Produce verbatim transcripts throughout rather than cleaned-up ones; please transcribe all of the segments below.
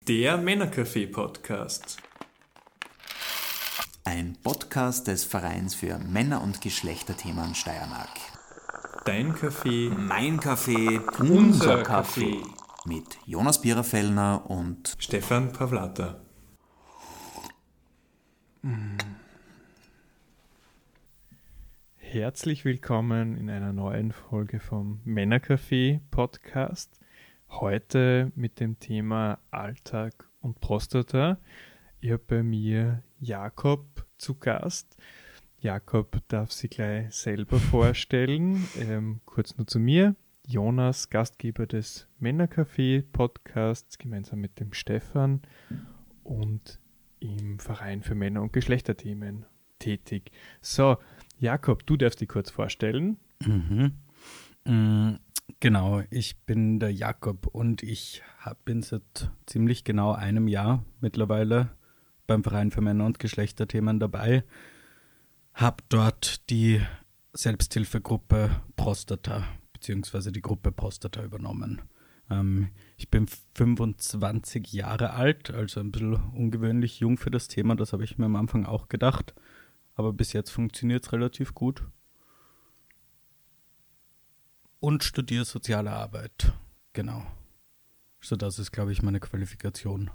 Der Männercafé-Podcast. Ein Podcast des Vereins für Männer- und Geschlechterthemen Steiermark. Dein Kaffee, Mein Kaffee, unser Kaffee. Mit Jonas Biererfellner und Stefan Pavlata. Herzlich willkommen in einer neuen Folge vom Männercafé-Podcast. Heute mit dem Thema Alltag und Prostata. Ich habe bei mir Jakob zu Gast. Jakob darf sich gleich selber vorstellen. Ähm, kurz nur zu mir. Jonas, Gastgeber des Männercafé-Podcasts, gemeinsam mit dem Stefan und im Verein für Männer- und Geschlechterthemen tätig. So, Jakob, du darfst dich kurz vorstellen. Mhm. Mm, Genau, ich bin der Jakob und ich hab, bin seit ziemlich genau einem Jahr mittlerweile beim Verein für Männer- und Geschlechterthemen dabei. Habe dort die Selbsthilfegruppe Prostata bzw. die Gruppe Prostata übernommen. Ähm, ich bin fünfundzwanzig Jahre alt, also ein bisschen ungewöhnlich jung für das Thema, das habe ich mir am Anfang auch gedacht. Aber bis jetzt funktioniert es relativ gut. Und studiere soziale Arbeit. Genau. So, das ist, glaube ich, meine Qualifikation.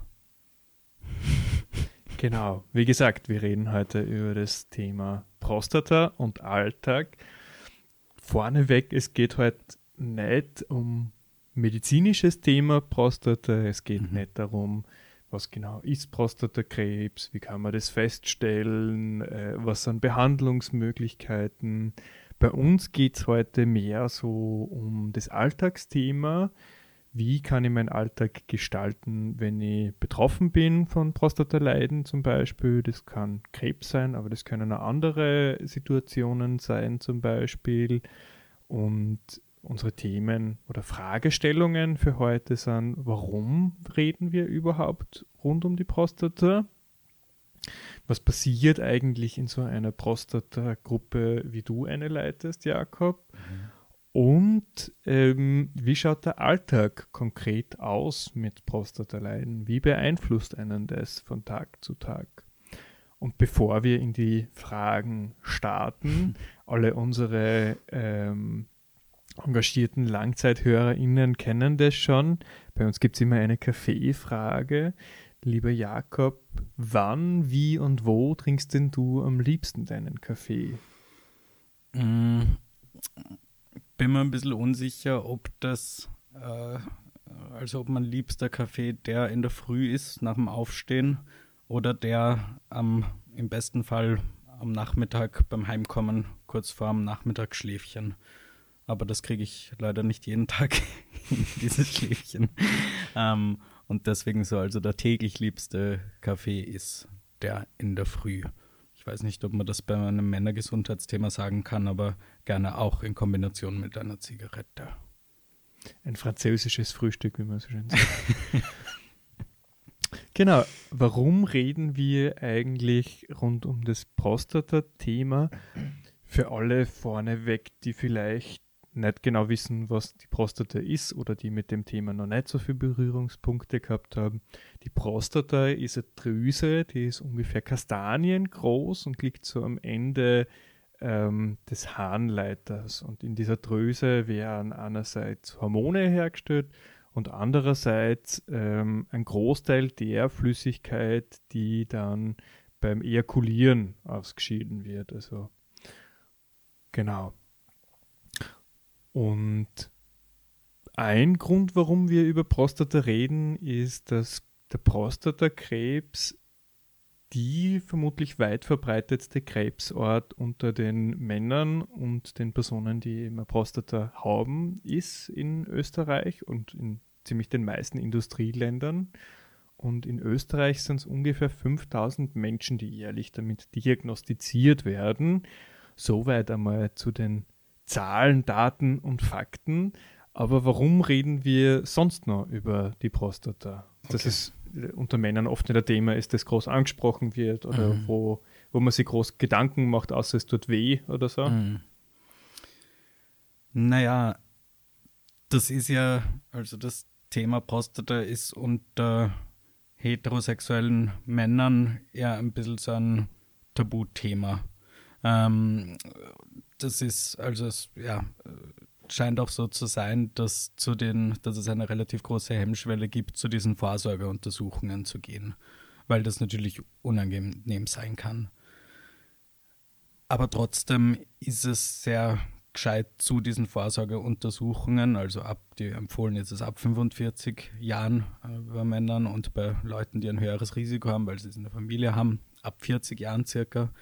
Genau, wie gesagt, wir reden heute über das Thema Prostata und Alltag. Vorneweg, es geht heute nicht um medizinisches Thema Prostata, es geht Mhm. nicht darum, was genau ist Prostatakrebs, wie kann man das feststellen, äh, was sind Behandlungsmöglichkeiten. Bei uns geht es heute mehr so um das Alltagsthema. Wie kann ich meinen Alltag gestalten, wenn ich betroffen bin von Prostataleiden zum Beispiel? Das kann Krebs sein, aber das können auch andere Situationen sein zum Beispiel. Und unsere Themen oder Fragestellungen für heute sind, warum reden wir überhaupt rund um die Prostata? Was passiert eigentlich in so einer Prostata-Gruppe, wie du eine leitest, Jakob? Und ähm, wie schaut der Alltag konkret aus mit Prostataleiden? Wie beeinflusst einen das von Tag zu Tag? Und bevor wir in die Fragen starten, alle unsere ähm, engagierten LangzeithörerInnen kennen das schon. Bei uns gibt es immer eine Kaffeefrage. Lieber Jakob, wann, wie und wo trinkst denn du am liebsten deinen Kaffee? Mm, Bin mir ein bisschen unsicher, ob das, äh, also ob mein liebster Kaffee der in der Früh ist, nach dem Aufstehen, oder der am, im besten Fall am Nachmittag beim Heimkommen, kurz vor dem Nachmittagsschläfchen. Aber das kriege ich leider nicht jeden Tag, dieses Schläfchen. Ähm, und deswegen so, also der täglich liebste Kaffee ist der in der Früh. Ich weiß nicht, ob man das bei einem Männergesundheitsthema sagen kann, aber gerne auch in Kombination mit einer Zigarette. Ein französisches Frühstück, wie man so schön sagt. Genau, warum reden wir eigentlich rund um das Prostata-Thema? Für alle vorneweg, die vielleicht nicht genau wissen, was die Prostata ist oder die mit dem Thema noch nicht so viele Berührungspunkte gehabt haben. Die Prostata ist eine Drüse, die ist ungefähr kastaniengroß und liegt so am Ende ähm, des Harnleiters. Und in dieser Drüse werden einerseits Hormone hergestellt und andererseits ähm, ein Großteil der Flüssigkeit, die dann beim Ejakulieren ausgeschieden wird. Also genau. Und ein Grund, warum wir über Prostata reden, ist, dass der Prostatakrebs die vermutlich weit verbreitetste Krebsart unter den Männern und den Personen, die eben Prostata haben, ist in Österreich und in ziemlich den meisten Industrieländern. Und in Österreich sind es ungefähr fünftausend Menschen, die jährlich damit diagnostiziert werden. Soweit einmal zu den Zahlen, Daten und Fakten. Aber warum reden wir sonst noch über die Prostata? Dass Okay. es unter Männern oft nicht ein Thema ist, das groß angesprochen wird oder Mhm. wo, wo man sich groß Gedanken macht, außer es tut weh oder so. Mhm. Naja, das ist ja, also das Thema Prostata ist unter heterosexuellen Männern eher ein bisschen so ein Tabuthema. Ähm, das ist, also es ja, scheint auch so zu sein, dass, zu den, dass es eine relativ große Hemmschwelle gibt, zu diesen Vorsorgeuntersuchungen zu gehen, weil das natürlich unangenehm sein kann. Aber trotzdem ist es sehr gescheit zu diesen Vorsorgeuntersuchungen, also ab, die empfohlen ist es ab fünfundvierzig Jahren äh, bei Männern und bei Leuten, die ein höheres Risiko haben, weil sie es in der Familie haben, ab vierzig Jahren circa.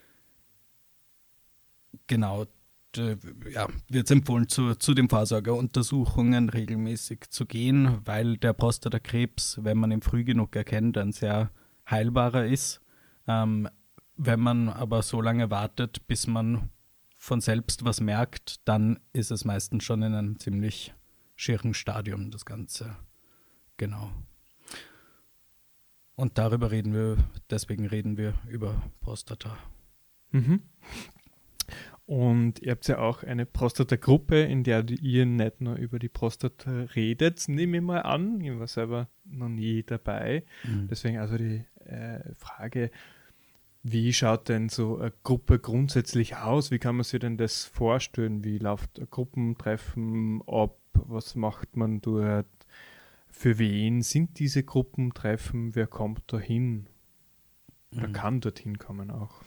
Genau, d- ja, wird es empfohlen, zu, zu den Vorsorgeuntersuchungen regelmäßig zu gehen, weil der Prostatakrebs, wenn man ihn früh genug erkennt, ein sehr heilbarer ist. Ähm, wenn man aber so lange wartet, bis man von selbst was merkt, dann ist es meistens schon in einem ziemlich schweren Stadium, das Ganze. Genau. Und darüber reden wir, deswegen reden wir über Prostata. Mhm. Und ihr habt ja auch eine Prostata-Gruppe, in der ihr nicht nur über die Prostata redet, nehme ich mal an. Ich war selber noch nie dabei. Mhm. Deswegen also die äh, Frage, wie schaut denn so eine Gruppe grundsätzlich aus? Wie kann man sich denn das vorstellen? Wie läuft ein Gruppentreffen ab? Was macht man dort? Für wen sind diese Gruppentreffen? Wer kommt da hin? Oder Mhm. kann dorthin kommen auch?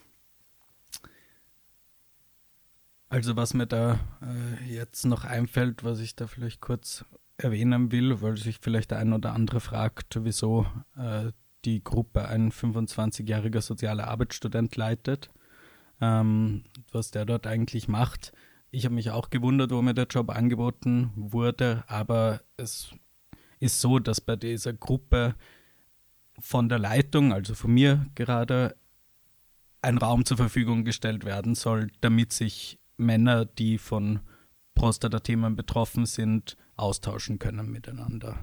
Also was mir da äh, jetzt noch einfällt, was ich da vielleicht kurz erwähnen will, weil sich vielleicht der ein oder andere fragt, wieso äh, die Gruppe ein fünfundzwanzigjähriger sozialer Arbeitsstudent leitet, ähm, was der dort eigentlich macht. Ich habe mich auch gewundert, wo mir der Job angeboten wurde, aber es ist so, dass bei dieser Gruppe von der Leitung, also von mir gerade, ein Raum zur Verfügung gestellt werden soll, damit sich Männer, die von Prostata-Themen betroffen sind, austauschen können miteinander.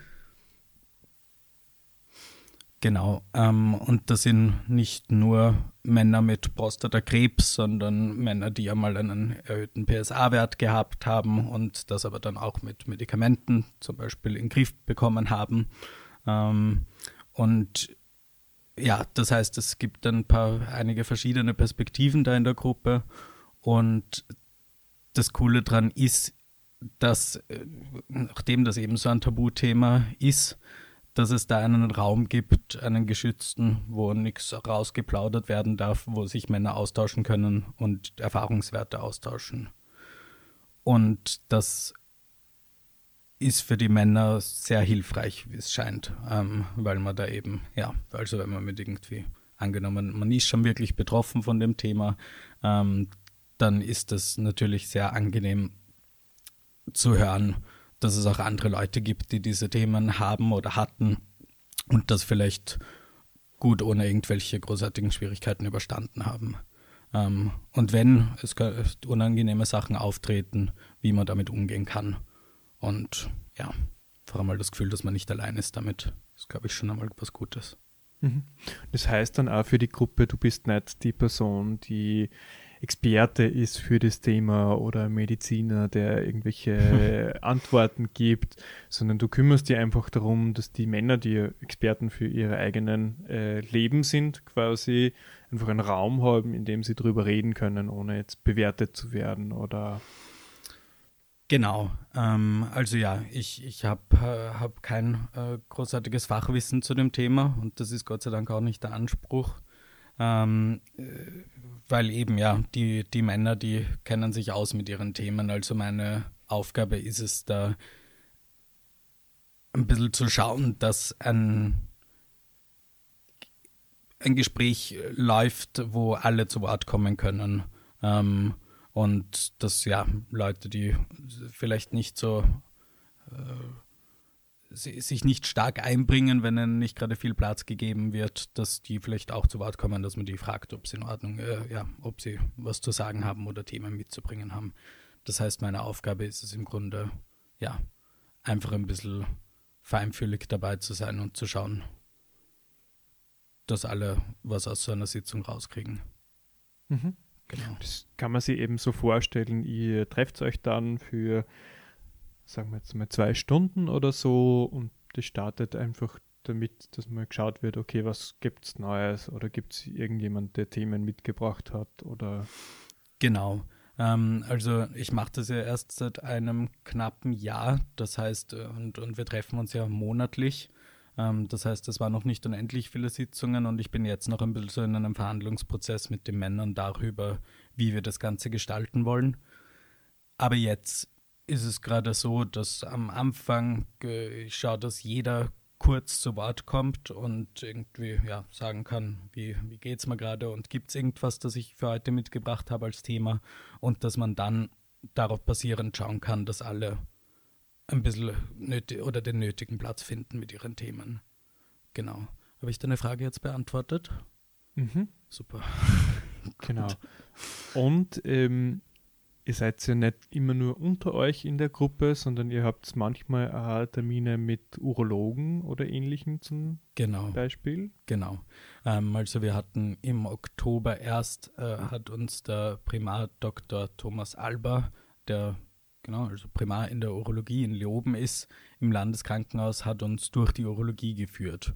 Genau, ähm, und das sind nicht nur Männer mit Prostatakrebs, sondern Männer, die einmal einen erhöhten P S A-Wert gehabt haben und das aber dann auch mit Medikamenten zum Beispiel in den Griff bekommen haben. Ähm, und ja, das heißt, es gibt ein paar, einige verschiedene Perspektiven da in der Gruppe und das Coole daran ist, dass, äh, nachdem das eben so ein Tabuthema ist, dass es da einen Raum gibt, einen geschützten, wo nichts rausgeplaudert werden darf, wo sich Männer austauschen können und Erfahrungswerte austauschen. Und das ist für die Männer sehr hilfreich, wie es scheint, ähm, weil man da eben, ja, also wenn man mit irgendwie, angenommen, man ist schon wirklich betroffen von dem Thema, ähm, dann ist das natürlich sehr angenehm zu hören, dass es auch andere Leute gibt, die diese Themen haben oder hatten und das vielleicht gut ohne irgendwelche großartigen Schwierigkeiten überstanden haben. Ähm, und wenn es unangenehme Sachen auftreten, wie man damit umgehen kann. Und ja, vor allem mal das Gefühl, dass man nicht allein ist damit. Das ist, glaube ich, schon einmal was Gutes. Mhm. Das heißt dann auch für die Gruppe, du bist nicht die Person, die Experte ist für das Thema oder Mediziner, der irgendwelche Antworten gibt, sondern du kümmerst dich einfach darum, dass die Männer, die Experten für ihre eigenen äh, Leben sind, quasi einfach einen Raum haben, in dem sie drüber reden können, ohne jetzt bewertet zu werden oder... Genau, ähm, also ja, ich, ich habe äh, hab kein äh, großartiges Fachwissen zu dem Thema und das ist Gott sei Dank auch nicht der Anspruch, ähm, äh, weil eben ja, die, die Männer, die kennen sich aus mit ihren Themen, also meine Aufgabe ist es da ein bisschen zu schauen, dass ein, ein Gespräch läuft, wo alle zu Wort kommen können. Ähm, Und dass ja Leute, die vielleicht nicht so äh, sich nicht stark einbringen, wenn ihnen nicht gerade viel Platz gegeben wird, dass die vielleicht auch zu Wort kommen, dass man die fragt, ob sie in Ordnung, äh, ja, ob sie was zu sagen haben oder Themen mitzubringen haben. Das heißt, meine Aufgabe ist es im Grunde, ja, einfach ein bisschen feinfühlig dabei zu sein und zu schauen, dass alle was aus so einer Sitzung rauskriegen. Mhm. Genau. Das kann man sich eben so vorstellen, ihr trefft euch dann für, sagen wir jetzt mal, zwei Stunden oder so und das startet einfach damit, dass mal geschaut wird, okay, was gibt es Neues oder gibt es irgendjemand, der Themen mitgebracht hat oder... Genau. Ähm, also ich mache das ja erst seit einem knappen Jahr, das heißt, äh, und, und wir treffen uns ja monatlich. Ähm, das heißt, es waren noch nicht unendlich viele Sitzungen und ich bin jetzt noch ein bisschen so in einem Verhandlungsprozess mit den Männern darüber, wie wir das Ganze gestalten wollen. Aber jetzt ist es gerade so, dass am Anfang äh, ich schaue, dass jeder kurz zu Wort kommt und irgendwie ja, sagen kann, wie, wie geht es mir gerade und gibt es irgendwas, das ich für heute mitgebracht habe als Thema und dass man dann darauf basierend schauen kann, dass alle ein bisschen nötig oder den nötigen Platz finden mit ihren Themen. Genau. Habe ich deine Frage jetzt beantwortet? Mhm. Super. Genau. Und ähm, ihr seid ja nicht immer nur unter euch in der Gruppe, sondern ihr habt manchmal auch Termine mit Urologen oder Ähnlichem zum Genau. Beispiel. Genau. Ähm, also wir hatten im Oktober erst, äh, hat uns der Primar Doktor Thomas Alba, der genau, also Primar in der Urologie in Leoben ist, im Landeskrankenhaus, hat uns durch die Urologie geführt.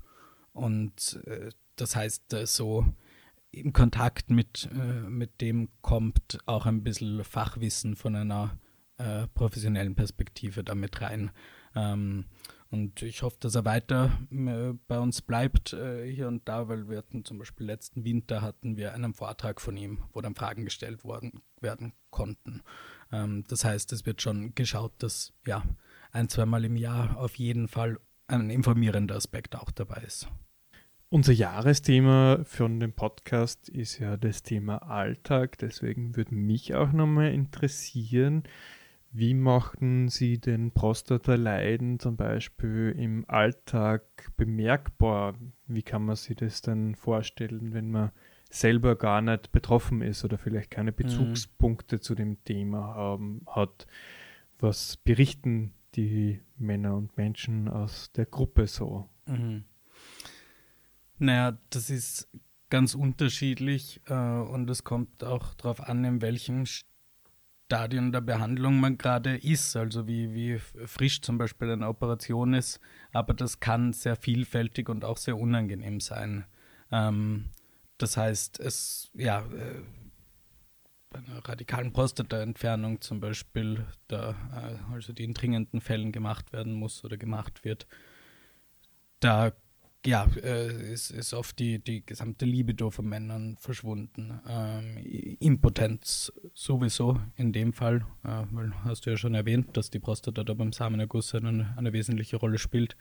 Und äh, das heißt, äh, so im Kontakt mit, äh, mit dem kommt auch ein bisschen Fachwissen von einer äh, professionellen Perspektive damit rein. Ähm, und ich hoffe, dass er weiter äh, bei uns bleibt, äh, hier und da, weil wir hatten zum Beispiel letzten Winter hatten wir einen Vortrag von ihm, wo dann Fragen gestellt worden, werden konnten. Ähm, das heißt, es wird schon geschaut, dass ja ein, zweimal im Jahr auf jeden Fall ein informierender Aspekt auch dabei ist. Unser Jahresthema von dem Podcast ist ja das Thema Alltag. Deswegen würde mich auch nochmal interessieren, wie machen Sie den Prostata-Leiden zum Beispiel im Alltag bemerkbar? Wie kann man sich das dann vorstellen, wenn man selber gar nicht betroffen ist oder vielleicht keine Bezugspunkte mhm. zu dem Thema haben, hat? Was berichten die Männer und Menschen aus der Gruppe so? Mhm. Naja, das ist ganz unterschiedlich äh, und es kommt auch darauf an, in welchem Stadium der Behandlung man gerade ist, also wie, wie frisch zum Beispiel eine Operation ist, aber das kann sehr vielfältig und auch sehr unangenehm sein. Ähm, das heißt, es, ja, äh, bei einer radikalen Prostataentfernung zum Beispiel, da, äh, also die in dringenden Fällen gemacht werden muss oder gemacht wird, da ja, äh, ist, ist oft die, die gesamte Libido von Männern verschwunden. Ähm, Impotenz sowieso in dem Fall, äh, weil hast du ja schon erwähnt, dass die Prostata da beim Samenerguss eine, eine wesentliche Rolle spielt.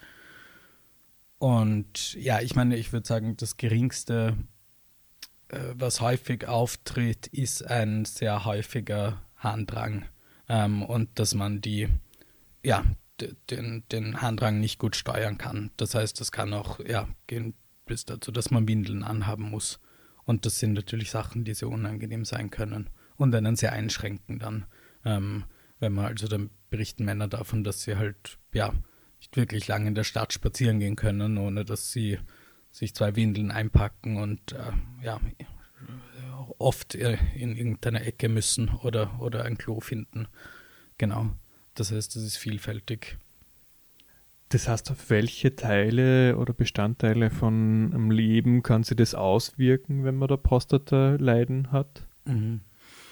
Und ja, ich meine, ich würde sagen, das geringste, äh, was häufig auftritt, ist ein sehr häufiger Harndrang. Ähm, und dass man die, ja, Den, den Harndrang nicht gut steuern kann. Das heißt, das kann auch ja, gehen bis dazu, dass man Windeln anhaben muss. Und das sind natürlich Sachen, die sehr unangenehm sein können und einen sehr einschränken dann. Ähm, wenn man also dann berichten Männer davon, dass sie halt ja nicht wirklich lange in der Stadt spazieren gehen können, ohne dass sie sich zwei Windeln einpacken und äh, ja oft in irgendeiner Ecke müssen oder, oder ein Klo finden. Genau. Das heißt, das ist vielfältig. Das heißt, auf welche Teile oder Bestandteile von einem Leben kann sich das auswirken, wenn man da Prostata-Leiden hat? Mhm.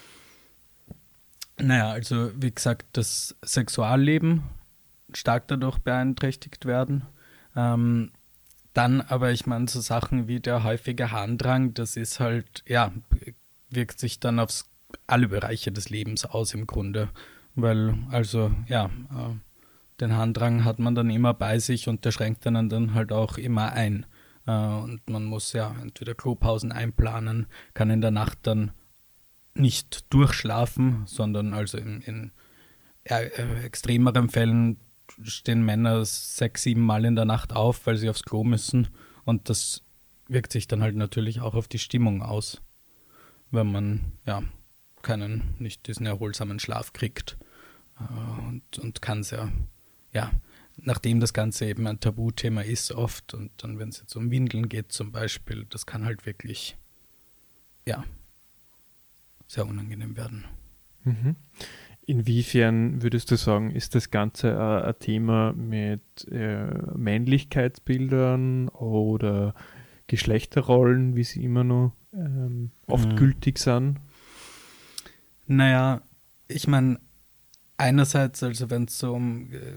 Naja, also wie gesagt, das Sexualleben stark dadurch beeinträchtigt werden. Ähm, dann aber, ich meine, so Sachen wie der häufige Harndrang, das ist halt, ja, wirkt sich dann auf alle Bereiche des Lebens aus im Grunde. Weil, also, ja, äh, den Harndrang hat man dann immer bei sich und der schränkt einen dann halt auch immer ein. Äh, und man muss ja entweder Klopausen einplanen, kann in der Nacht dann nicht durchschlafen, sondern also in, in äh, extremeren Fällen stehen Männer sechs, sieben Mal in der Nacht auf, weil sie aufs Klo müssen. Und das wirkt sich dann halt natürlich auch auf die Stimmung aus, wenn man, ja, keinen, nicht diesen erholsamen Schlaf kriegt. Und, und kann es ja, ja, nachdem das Ganze eben ein Tabuthema ist oft und dann, wenn es jetzt um Windeln geht zum Beispiel, das kann halt wirklich, ja, sehr unangenehm werden. Mhm. Inwiefern würdest du sagen, ist das Ganze äh, ein Thema mit äh, Männlichkeitsbildern oder Geschlechterrollen, wie sie immer noch ähm, oft Mhm. gültig sind? Naja, ich meine, einerseits, also wenn es so um äh,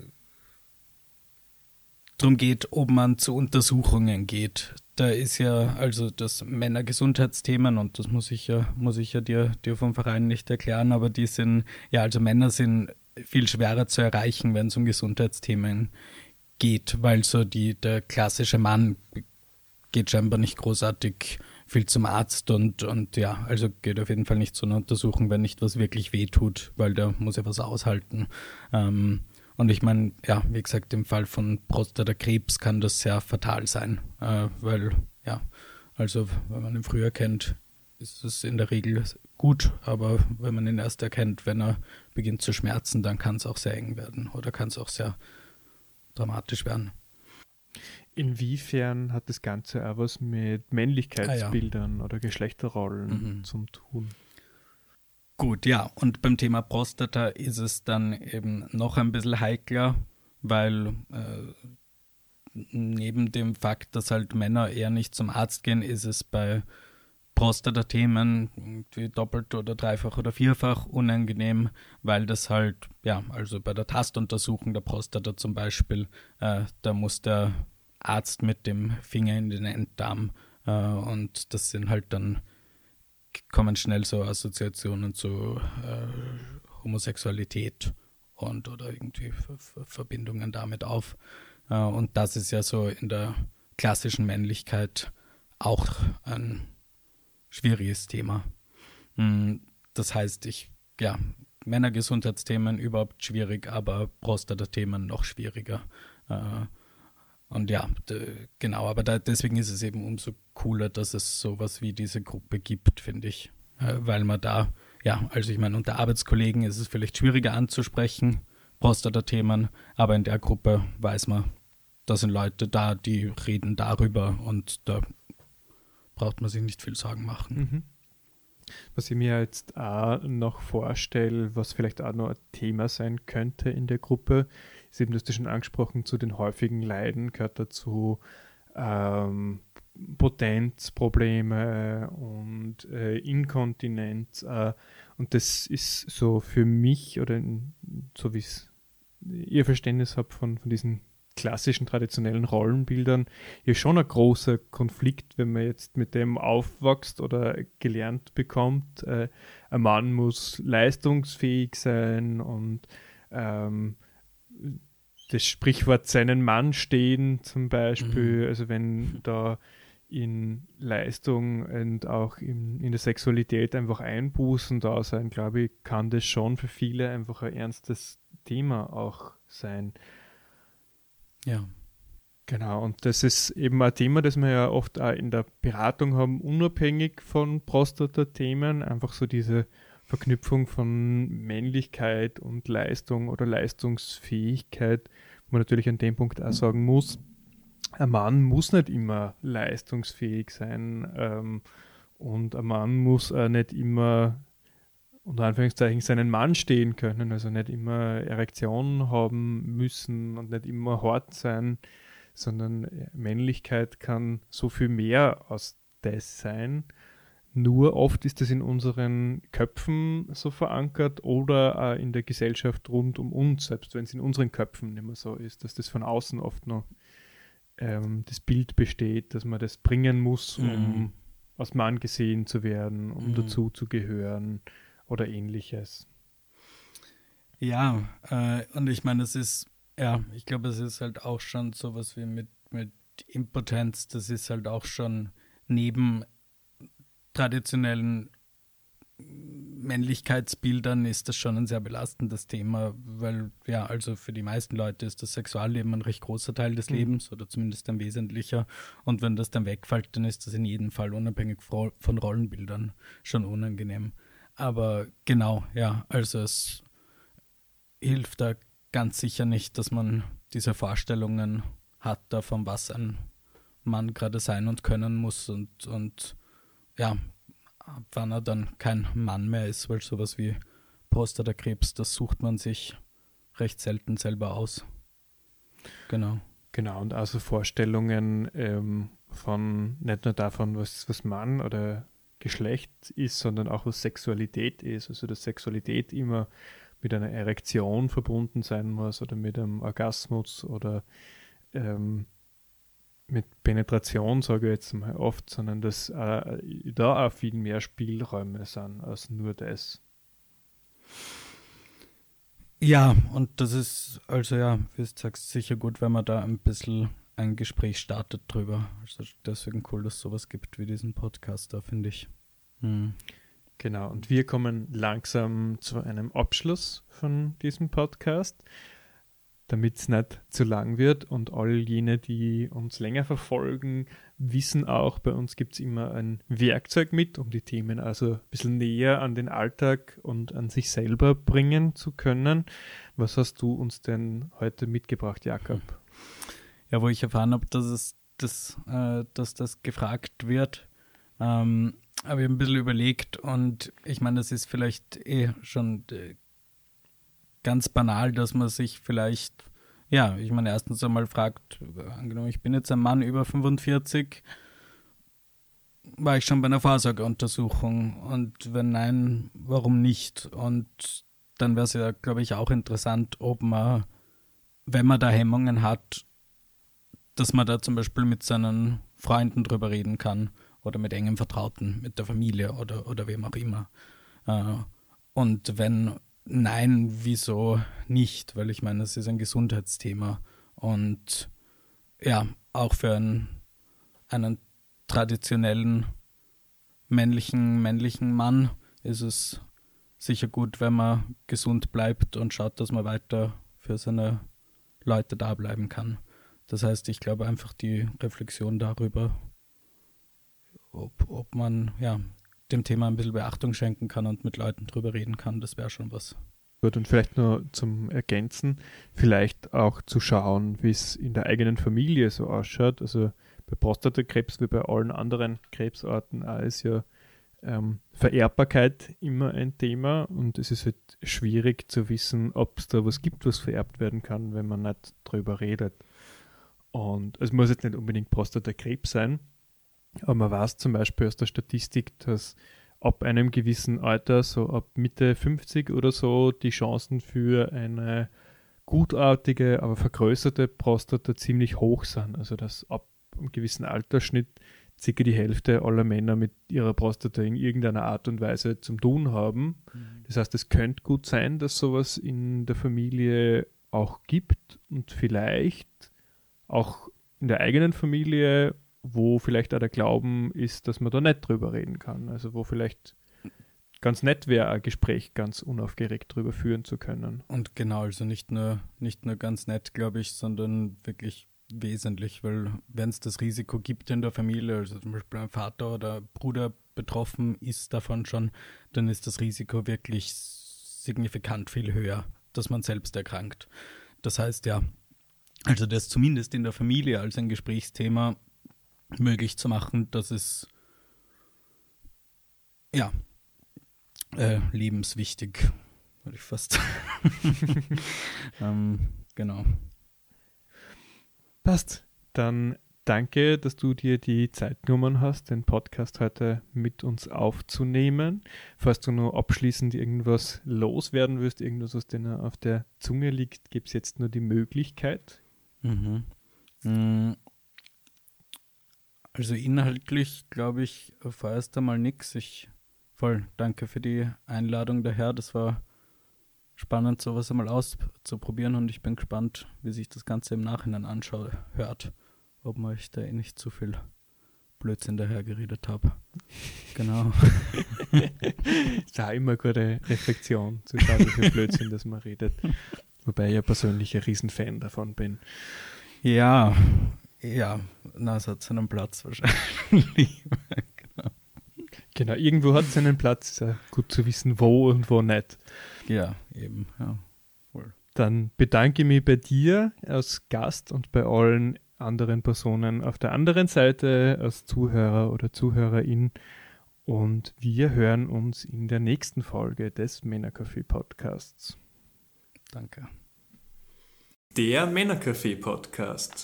darum geht, ob man zu Untersuchungen geht, da ist ja also das Männergesundheitsthemen, und das muss ich ja, muss ich ja dir, dir vom Verein nicht erklären, aber die sind, ja, also Männer sind viel schwerer zu erreichen, wenn es um Gesundheitsthemen geht, weil so die, der klassische Mann geht scheinbar nicht großartig viel zum Arzt und, und ja, also geht auf jeden Fall nicht zu einer Untersuchung, wenn nicht was wirklich wehtut, weil der muss ja was aushalten. Ähm, und ich meine, ja, wie gesagt, im Fall von Prostatakrebs kann das sehr fatal sein, äh, weil, ja, also wenn man ihn früher kennt, ist es in der Regel gut, aber wenn man ihn erst erkennt, wenn er beginnt zu schmerzen, dann kann es auch sehr eng werden oder kann es auch sehr dramatisch werden. Inwiefern hat das Ganze auch was mit Männlichkeitsbildern Ah, ja. oder Geschlechterrollen Mhm. zum tun? Gut, ja, und beim Thema Prostata ist es dann eben noch ein bisschen heikler, weil äh, neben dem Fakt, dass halt Männer eher nicht zum Arzt gehen, ist es bei Prostata-Themen irgendwie doppelt oder dreifach oder vierfach unangenehm, weil das halt, ja, also bei der Tastuntersuchung der Prostata zum Beispiel, äh, da muss der Arzt mit dem Finger in den Enddarm äh, und das sind halt dann kommen schnell so Assoziationen zu äh, Homosexualität und oder irgendwie Ver Ver Verbindungen damit auf. Äh, und das ist ja so in der klassischen Männlichkeit auch ein schwieriges Thema. Das heißt, ich, ja, Männergesundheitsthemen überhaupt schwierig, aber Prostata-Themen noch schwieriger. Äh, Und ja, d- genau, aber da, deswegen ist es eben umso cooler, dass es sowas wie diese Gruppe gibt, finde ich. Äh, weil man da, ja, also ich meine, unter Arbeitskollegen ist es vielleicht schwieriger anzusprechen, Prostata-Themen, aber in der Gruppe weiß man, da sind Leute da, die reden darüber und da braucht man sich nicht viel Sorgen machen. Mhm. Was ich mir jetzt auch noch vorstelle, was vielleicht auch noch ein Thema sein könnte in der Gruppe, ist eben, das du schon angesprochen, zu den häufigen Leiden gehört dazu ähm, Potenzprobleme und äh, Inkontinenz. Äh, und das ist so für mich, oder in, so wie es ihr Verständnis habt von, von diesen klassischen, traditionellen Rollenbildern, ja schon ein großer Konflikt, wenn man jetzt mit dem aufwächst oder gelernt bekommt. Äh, ein Mann muss leistungsfähig sein und ähm, das Sprichwort seinen Mann stehen zum Beispiel, Mhm. also wenn da in Leistung und auch in, in der Sexualität einfach Einbußen da sein, glaube ich, kann das schon für viele einfach ein ernstes Thema auch sein. Ja. Genau, und das ist eben ein Thema, das wir ja oft auch in der Beratung haben, unabhängig von Prostata-Themen, einfach so diese Verknüpfung von Männlichkeit und Leistung oder Leistungsfähigkeit, wo man natürlich an dem Punkt auch sagen muss, ein Mann muss nicht immer leistungsfähig sein ähm, und ein Mann muss auch nicht immer unter Anführungszeichen seinen Mann stehen können, also nicht immer Erektion haben müssen und nicht immer hart sein, sondern Männlichkeit kann so viel mehr als das sein. Nur oft ist das in unseren Köpfen so verankert oder auch in der Gesellschaft rund um uns, selbst wenn es in unseren Köpfen nicht mehr so ist, dass das von außen oft noch ähm, das Bild besteht, dass man das bringen muss, um Mhm. als Mann gesehen zu werden, um Mhm. dazu zu gehören oder ähnliches. Ja, äh, und ich meine, es ist, ja, ich glaube, es ist halt auch schon sowas wie mit, mit Impotenz, das ist halt auch schon neben traditionellen Männlichkeitsbildern ist das schon ein sehr belastendes Thema, weil ja, also für die meisten Leute ist das Sexualleben ein recht großer Teil des Mhm. Lebens oder zumindest ein wesentlicher. Und wenn das dann wegfällt, dann ist das in jedem Fall unabhängig fro- von Rollenbildern schon unangenehm. Aber genau, ja, also es hilft da ganz sicher nicht, dass man diese Vorstellungen hat davon, was ein Mann gerade sein und können muss und, und ja, ab wann er dann kein Mann mehr ist, weil sowas wie Prostatakrebs, das sucht man sich recht selten selber aus. Genau. Genau, und also Vorstellungen ähm, von, nicht nur davon, was, was Mann oder Geschlecht ist, sondern auch was Sexualität ist. Also dass Sexualität immer mit einer Erektion verbunden sein muss oder mit einem Orgasmus oder ähm, mit Penetration, sage ich jetzt mal oft, sondern dass äh, da auch viel mehr Spielräume sind als nur das. Ja, und das ist, also ja, wie du sagst, sicher gut, wenn man da ein bisschen ein Gespräch startet drüber. Also deswegen cool, dass es sowas gibt wie diesen Podcast da, finde ich. Hm. Genau, und wir kommen langsam zu einem Abschluss von diesem Podcast, damit es nicht zu lang wird und all jene, die uns länger verfolgen, wissen auch, bei uns gibt es immer ein Werkzeug mit, um die Themen also ein bisschen näher an den Alltag und an sich selber bringen zu können. Was hast du uns denn heute mitgebracht, Jakob? Ja, wo ich erfahren habe, dass es das, äh, dass das gefragt wird, ähm, habe ich ein bisschen überlegt und ich meine, das ist vielleicht eh schon äh, ganz banal, dass man sich vielleicht, ja, ich meine, erstens einmal fragt, angenommen, ich bin jetzt ein Mann über fünfundvierzig, war ich schon bei einer Vorsorgeuntersuchung und wenn nein, warum nicht? Und dann wäre es ja, glaube ich, auch interessant, ob man, wenn man da Hemmungen hat, dass man da zum Beispiel mit seinen Freunden drüber reden kann oder mit engem Vertrauten, mit der Familie oder, oder wem auch immer. Und wenn nein, wieso nicht? Weil ich meine, es ist ein Gesundheitsthema und ja, auch für einen, einen traditionellen männlichen, männlichen Mann ist es sicher gut, wenn man gesund bleibt und schaut, dass man weiter für seine Leute da bleiben kann. Das heißt, ich glaube einfach die Reflexion darüber, ob, ob man ja dem Thema ein bisschen Beachtung schenken kann und mit Leuten drüber reden kann, das wäre schon was. Gut, und vielleicht nur zum Ergänzen, vielleicht auch zu schauen, wie es in der eigenen Familie so ausschaut. Also bei Prostatakrebs wie bei allen anderen Krebsarten auch ist ja ähm, Vererbbarkeit immer ein Thema und es ist halt schwierig zu wissen, ob es da was gibt, was vererbt werden kann, wenn man nicht drüber redet. Und es muss jetzt nicht unbedingt Prostatakrebs sein, aber man weiß zum Beispiel aus der Statistik, dass ab einem gewissen Alter, so ab Mitte fünfzig oder so, die Chancen für eine gutartige, aber vergrößerte Prostata ziemlich hoch sind. Also dass ab einem gewissen Altersschnitt circa die Hälfte aller Männer mit ihrer Prostata in irgendeiner Art und Weise zum Tun haben. Mhm. Das heißt, es könnte gut sein, dass sowas in der Familie auch gibt und vielleicht auch in der eigenen Familie, wo vielleicht auch der Glauben ist, dass man da nicht drüber reden kann. Also wo vielleicht ganz nett wäre, ein Gespräch ganz unaufgeregt drüber führen zu können. Und genau, also nicht nur, nicht nur ganz nett, glaube ich, sondern wirklich wesentlich, weil wenn es das Risiko gibt in der Familie, also zum Beispiel ein Vater oder Bruder betroffen ist davon schon, dann ist das Risiko wirklich signifikant viel höher, dass man selbst erkrankt. Das heißt ja, also das zumindest in der Familie als ein Gesprächsthema möglich zu machen, das ist ja äh, lebenswichtig, würde ich fast ähm, genau. Passt. Dann danke, dass du dir die Zeit genommen hast, den Podcast heute mit uns aufzunehmen. Falls du nur abschließend irgendwas loswerden willst, irgendwas, was dir auf der Zunge liegt, gibt es jetzt nur die Möglichkeit. Mhm. Also inhaltlich, glaube ich, vorerst einmal nichts. Ich voll danke für die Einladung daher. Das war spannend, sowas einmal auszuprobieren und ich bin gespannt, wie sich das Ganze im Nachhinein anschaut, hört, ob man ich da eh nicht zu viel Blödsinn daher geredet habe. Genau. Ist auch immer eine gute Reflexion, zu schauen, wie viel Blödsinn das man redet. Wobei ich ja persönlich ein Riesenfan davon bin. Ja, ja, na, es hat seinen Platz wahrscheinlich. Genau. Genau, irgendwo hat es einen Platz, ist ja gut zu wissen, wo und wo nicht. Ja, eben, ja. Voll. Dann bedanke ich mich bei dir als Gast und bei allen anderen Personen auf der anderen Seite als Zuhörer oder Zuhörerin Und wir hören uns in der nächsten Folge des Männercafé-Podcasts. Danke. Der Männercafé-Podcast.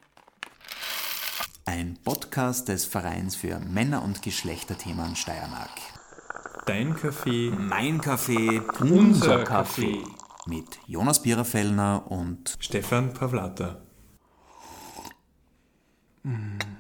Ein Podcast des Vereins für Männer- und Geschlechterthemen Steiermark. Dein Kaffee, Mein Kaffee, unser Kaffee. Mit Jonas Biererfellner und Stefan Pawlata. Mm.